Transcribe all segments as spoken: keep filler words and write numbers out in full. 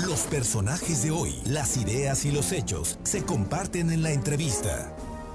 Los personajes de hoy, las ideas y los hechos se comparten en la entrevista.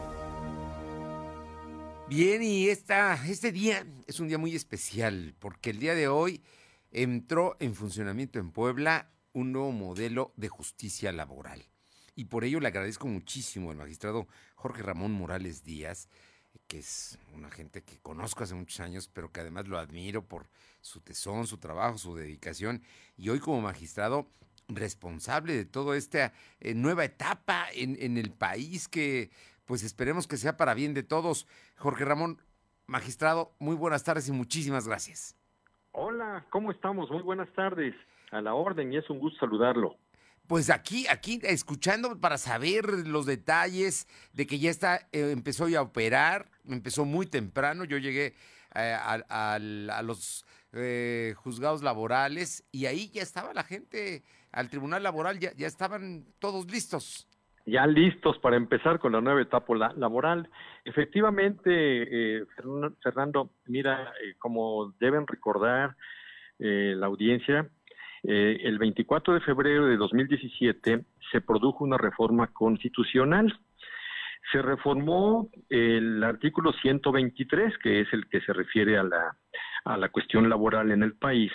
Bien, y esta, este día es un día muy especial porque el día de hoy entró en funcionamiento en Puebla un nuevo modelo de justicia laboral. Y por ello le agradezco muchísimo al magistrado Jorge Ramón Morales Díaz, que es una gente que conozco hace muchos años, pero que además lo admiro por su tesón, su trabajo, su dedicación, y hoy como magistrado responsable de toda esta eh, nueva etapa en, en el país que pues esperemos que sea para bien de todos. Jorge Ramón, magistrado, muy buenas tardes y muchísimas gracias. Hola, ¿cómo estamos? Muy buenas tardes. A la orden y es un gusto saludarlo. Pues aquí, aquí escuchando para saber los detalles de que ya está, eh, empezó ya a operar, empezó muy temprano, yo llegué eh, a, a, a los eh, juzgados laborales y ahí ya estaba la gente, al tribunal laboral ya, ya estaban todos listos. Ya listos para empezar con la nueva etapa la, laboral. Efectivamente, eh, Fernando, mira, eh, como deben recordar eh, la audiencia, eh, el veinticuatro de febrero de dos mil diecisiete se produjo una reforma constitucional. Se reformó el artículo ciento veintitrés, que es el que se refiere a la, a la cuestión laboral en el país,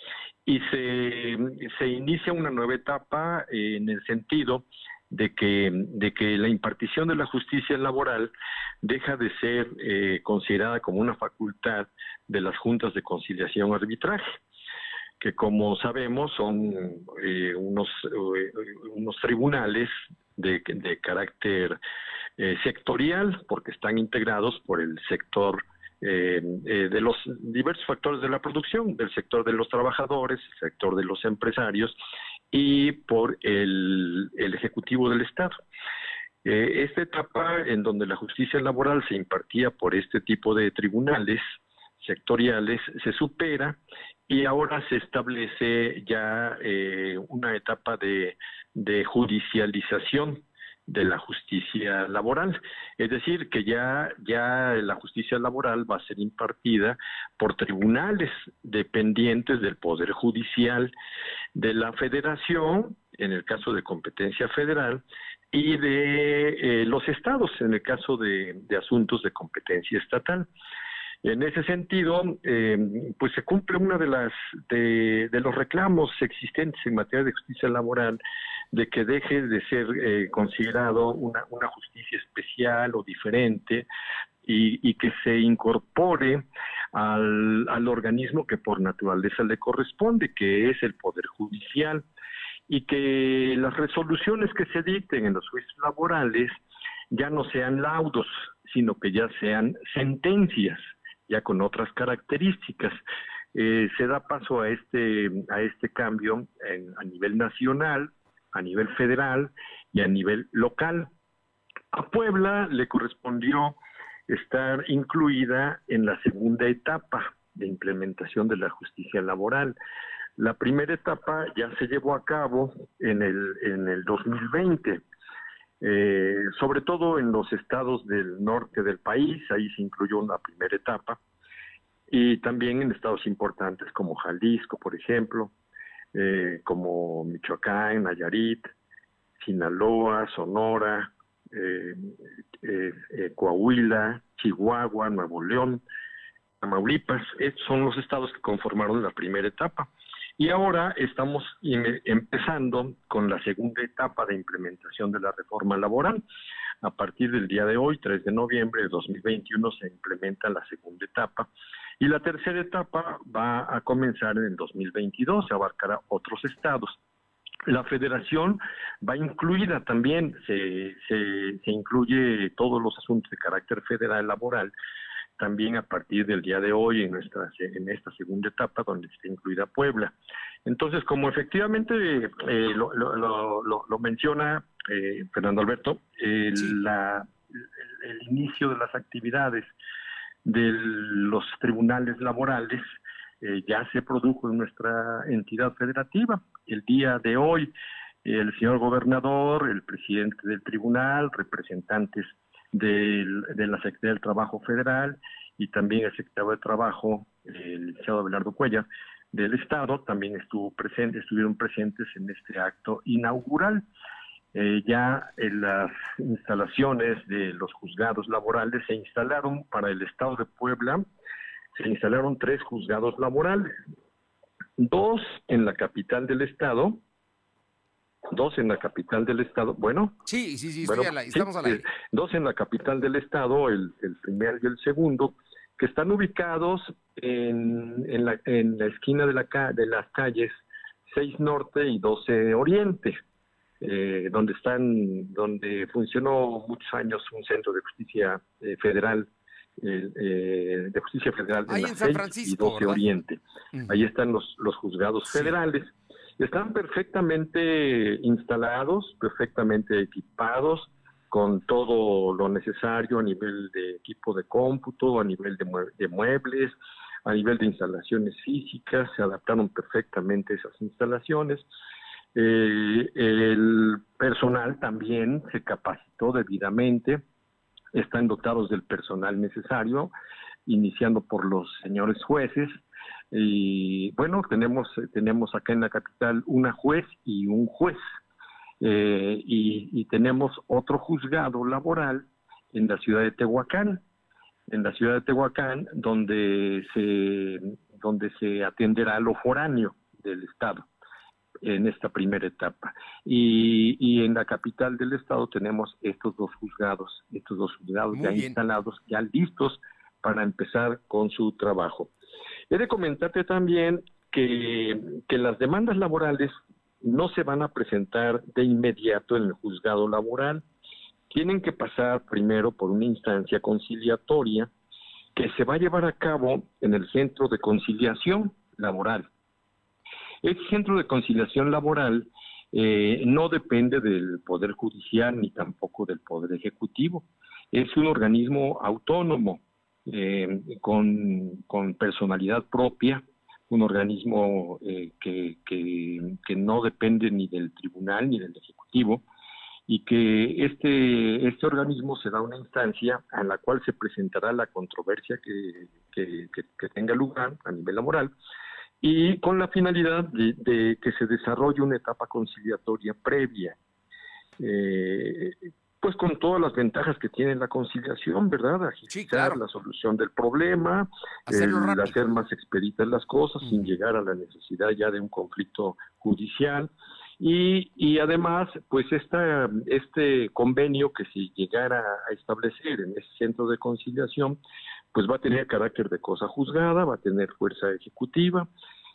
y se, se inicia una nueva etapa eh, en el sentido de que, de que la impartición de la justicia laboral deja de ser eh, considerada como una facultad de las juntas de conciliación y arbitraje, que como sabemos son eh, unos, eh, unos tribunales de, de carácter eh, sectorial, porque están integrados por el sector Eh, eh, de los diversos factores de la producción, del sector de los trabajadores, el sector de los empresarios y por el, el Ejecutivo del Estado. Eh, esta etapa en donde la justicia laboral se impartía por este tipo de tribunales sectoriales se supera y ahora se establece ya eh, una etapa de, de judicialización de la justicia laboral, es decir, que ya, ya la justicia laboral va a ser impartida por tribunales dependientes del Poder Judicial de la Federación, en el caso de competencia federal, y de eh, los estados, en el caso de, de asuntos de competencia estatal. En ese sentido, eh, pues se cumple una de las de, de los reclamos existentes en materia de justicia laboral, de que deje de ser eh, considerado una, una justicia especial o diferente y, y que se incorpore al, al organismo que por naturaleza le corresponde, que es el Poder Judicial, y que las resoluciones que se dicten en los juicios laborales ya no sean laudos, sino que ya sean sentencias, ya con otras características. Eh, se da paso a este, a este cambio en, a nivel nacional, a nivel federal y a nivel local. A Puebla le correspondió estar incluida en la segunda etapa de implementación de la justicia laboral. La primera etapa ya se llevó a cabo en el, en el dos mil veinte, eh, sobre todo en los estados del norte del país, ahí se incluyó una primera etapa, y también en estados importantes como Jalisco, por ejemplo, Eh, como Michoacán, Nayarit, Sinaloa, Sonora, eh, eh, eh, Coahuila, Chihuahua, Nuevo León, Tamaulipas. Estos son los estados que conformaron la primera etapa. Y ahora estamos in, empezando con la segunda etapa de implementación de la reforma laboral. A partir del día de hoy, tres de noviembre de dos mil veintiuno, se implementa la segunda etapa. Y la tercera etapa va a comenzar en el dos mil veintidós, se abarcará otros estados. La federación va incluida también, se, se, se incluye todos los asuntos de carácter federal laboral, también a partir del día de hoy en, nuestra, en esta segunda etapa donde está incluida Puebla. Entonces, como efectivamente eh, lo, lo, lo, lo menciona eh, Fernando Alberto, eh, Sí. la, el, el inicio de las actividades de los tribunales laborales eh, ya se produjo en nuestra entidad federativa. El día de hoy, el señor gobernador, el presidente del tribunal, representantes del, de la Secretaría del Trabajo Federal y también el secretario de Trabajo, el licenciado Abelardo Cuellar, del Estado también estuvo presente, estuvieron presentes en este acto inaugural. Eh, ya en las instalaciones de los juzgados laborales se instalaron para el Estado de Puebla, se instalaron tres juzgados laborales, dos en la capital del Estado, dos en la capital del Estado, bueno. Sí, sí, sí, bueno, estoy a la, estamos sí, al aire. Eh, dos en la capital del Estado, el, el primero y el segundo, que están ubicados en, en, la, en la esquina de, la, de las calles seis Norte y doce Oriente, eh, donde están, donde funcionó muchos años un centro de justicia eh, federal, eh, eh, de justicia federal Ahí en en la San seis Francisco, y doce ¿verdad? Oriente. Uh-huh. Ahí están los, los juzgados Sí. federales. Están perfectamente instalados, perfectamente equipados, con todo lo necesario a nivel de equipo de cómputo, a nivel de, mue de muebles, a nivel de instalaciones físicas, se adaptaron perfectamente esas instalaciones. Eh, el personal también se capacitó debidamente, están dotados del personal necesario, iniciando por los señores jueces. Y bueno, tenemos, tenemos acá en la capital una juez y un juez. Eh, y, y tenemos otro juzgado laboral en la ciudad de Tehuacán, en la ciudad de Tehuacán, donde se, donde se atenderá lo foráneo del Estado en esta primera etapa. Y, y en la capital del Estado tenemos estos dos juzgados, estos dos juzgados Muy ya bien. instalados, ya listos para empezar con su trabajo. He de comentarte también que, que las demandas laborales no se van a presentar de inmediato en el juzgado laboral. Tienen que pasar primero por una instancia conciliatoria que se va a llevar a cabo en el Centro de Conciliación Laboral. Este Centro de Conciliación Laboral eh, no depende del Poder Judicial ni tampoco del Poder Ejecutivo. Es un organismo autónomo, eh, con, con personalidad propia, un organismo eh, que, que, que no depende ni del tribunal ni del ejecutivo, y que este, este organismo será una instancia a la cual se presentará la controversia que, que, que, que tenga lugar a nivel laboral, y con la finalidad de, de que se desarrolle una etapa conciliatoria previa, eh, pues con todas las ventajas que tiene la conciliación, ¿verdad? Agilizar Sí, claro. la solución del problema, Hacerlo el rápido. hacer más expeditas las cosas Uh-huh. sin llegar a la necesidad ya de un conflicto judicial. Y, y además, pues esta, este convenio que se llegara a establecer en ese centro de conciliación, pues va a tener carácter de cosa juzgada, va a tener fuerza ejecutiva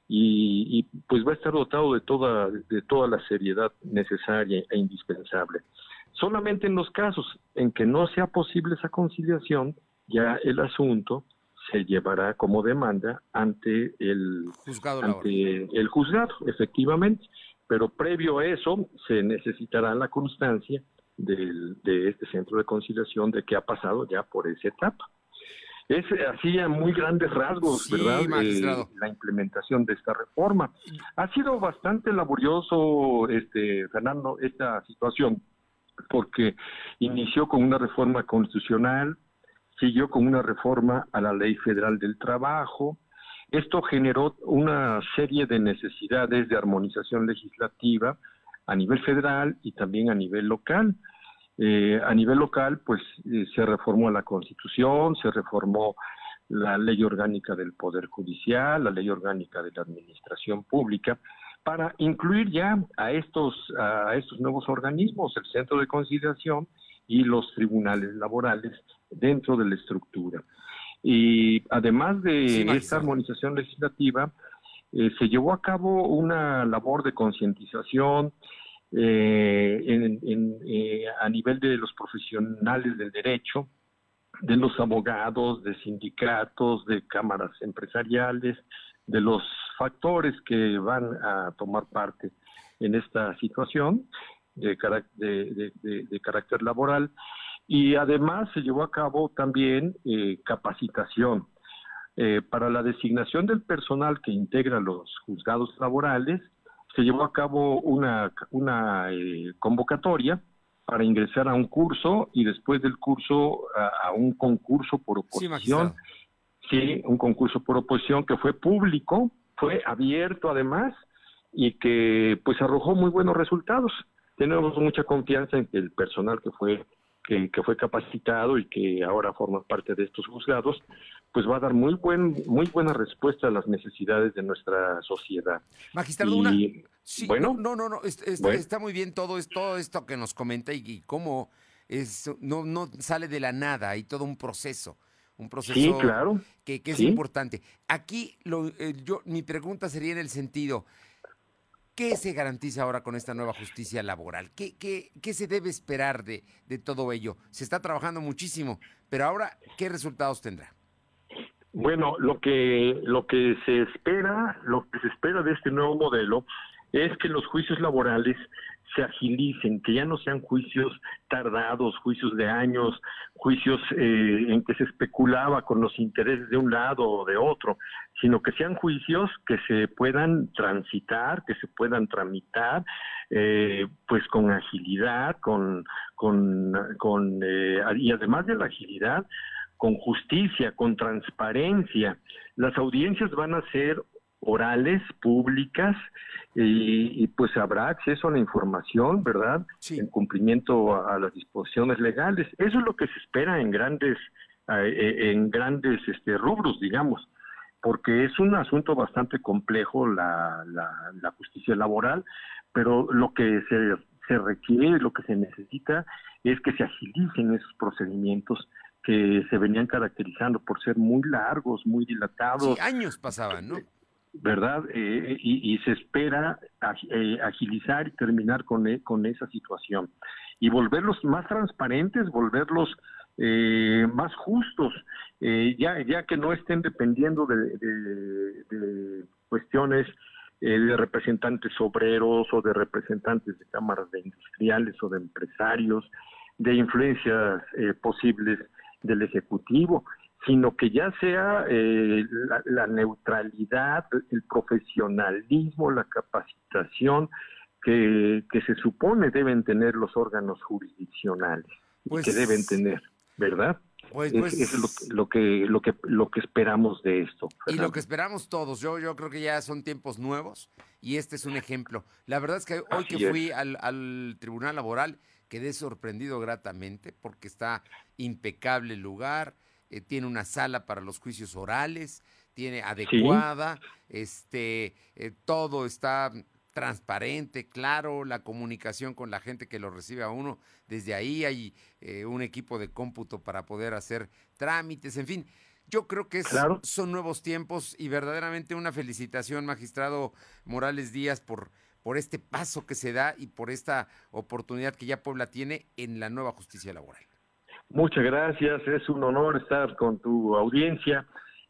y, y pues va a estar dotado de toda, de toda la seriedad necesaria e indispensable. Solamente en los casos en que no sea posible esa conciliación, ya el asunto se llevará como demanda ante el Juzgado ante laboral. el juzgado, efectivamente. Pero previo a eso se necesitará la constancia del, de este centro de conciliación de que ha pasado ya por esa etapa. Es así a muy grandes rasgos, Sí, ¿verdad? magistrado. Eh, la implementación de esta reforma. Ha sido bastante laborioso, este, Fernando, esta situación, porque inició con una reforma constitucional, siguió con una reforma a la Ley Federal del Trabajo. Esto generó una serie de necesidades de armonización legislativa a nivel federal y también a nivel local. Eh, a nivel local, pues eh, se reformó la Constitución, se reformó la Ley Orgánica del Poder Judicial, la Ley Orgánica de la Administración Pública, para incluir ya a estos, a estos nuevos organismos, el Centro de Conciliación y los tribunales laborales dentro de la estructura. Y además de Sí, esta armonización legislativa, eh, se llevó a cabo una labor de concientización eh, en, en, eh, a nivel de los profesionales del derecho, de los abogados, de sindicatos, de cámaras empresariales, de los factores que van a tomar parte en esta situación de, de, de, de, de carácter laboral. Y además se llevó a cabo también eh, capacitación eh, para la designación del personal que integra los juzgados laborales. Se llevó a cabo una, una eh, convocatoria para ingresar a un curso y después del curso a, a un concurso por oposición. Sí, magistrado. Sí, un concurso por oposición que fue público, fue abierto además y que pues arrojó muy buenos resultados. Tenemos mucha confianza en que el personal que fue que, que fue capacitado y que ahora forma parte de estos juzgados, pues va a dar muy buen muy buena respuesta a las necesidades de nuestra sociedad. Magistrado, y, una... Sí, bueno, no, no, no, es, es, bueno. está muy bien todo, es, todo esto que nos comenta y, y cómo es, no, no sale de la nada, hay todo un proceso, un proceso sí, claro. que, que es sí. importante. Aquí lo, eh, yo, mi pregunta sería en el sentido, ¿qué se garantiza ahora con esta nueva justicia laboral? ¿Qué, qué, qué se debe esperar de, de todo ello? Se está trabajando muchísimo, pero ahora, ¿qué resultados tendrá? Bueno, lo que lo que se espera, lo que se espera de este nuevo modelo es que los juicios laborales se agilicen, que ya no sean juicios tardados, juicios de años, juicios eh, en que se especulaba con los intereses de un lado o de otro, sino que sean juicios que se puedan transitar, que se puedan tramitar, eh, pues con agilidad, con, con, con eh, y además de la agilidad, con justicia, con transparencia. Las audiencias van a ser orales, públicas, y, y pues habrá acceso a la información, ¿verdad? Sí. En cumplimiento a, a las disposiciones legales. Eso es lo que se espera en grandes, eh, en grandes este, rubros, digamos, porque es un asunto bastante complejo la, la, la justicia laboral, pero lo que se, se requiere, lo que se necesita es que se agilicen esos procedimientos que se venían caracterizando por ser muy largos, muy dilatados. Sí, años pasaban, ¿no? ¿Verdad? Eh, y, y se espera ag, eh, agilizar y terminar con, e, con esa situación. Y volverlos más transparentes, volverlos eh, más justos, eh, ya, ya que no estén dependiendo de, de, de cuestiones eh, de representantes obreros o de representantes de cámaras de industriales o de empresarios, de influencias eh, posibles del Ejecutivo, sino que ya sea eh, la, la neutralidad, el profesionalismo, la capacitación que, que se supone deben tener los órganos jurisdiccionales, pues, y que deben tener, ¿verdad? Pues, es, pues, es lo, lo que lo que lo que esperamos de esto, Fernando. Y lo que esperamos todos. Yo yo creo que ya son tiempos nuevos y este es un ejemplo. La verdad es que hoy Así que fui al, al Tribunal Laboral quedé sorprendido gratamente porque está impecable el lugar. Eh, tiene una sala para los juicios orales, tiene adecuada, sí. este, eh, todo está transparente, claro, la comunicación con la gente que lo recibe a uno, desde ahí hay eh, un equipo de cómputo para poder hacer trámites, en fin, yo creo que es, claro. son nuevos tiempos y verdaderamente una felicitación, magistrado Morales Díaz, por, por este paso que se da y por esta oportunidad que ya Puebla tiene en la nueva justicia laboral. Muchas gracias, es un honor estar con tu audiencia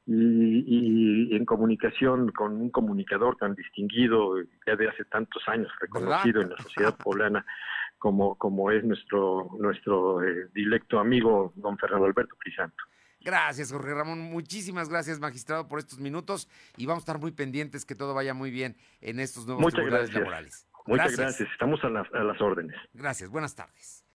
y, y en comunicación con un comunicador tan distinguido ya de hace tantos años, reconocido ¿verdad? En la sociedad poblana como, como es nuestro, nuestro eh, directo amigo don Fernando Alberto Crisanto. Gracias, Jorge Ramón, muchísimas gracias, magistrado, por estos minutos y vamos a estar muy pendientes que todo vaya muy bien en estos nuevos Muchas tribunales gracias. laborales. Muchas gracias, gracias. Estamos a las, a las órdenes. Gracias, buenas tardes.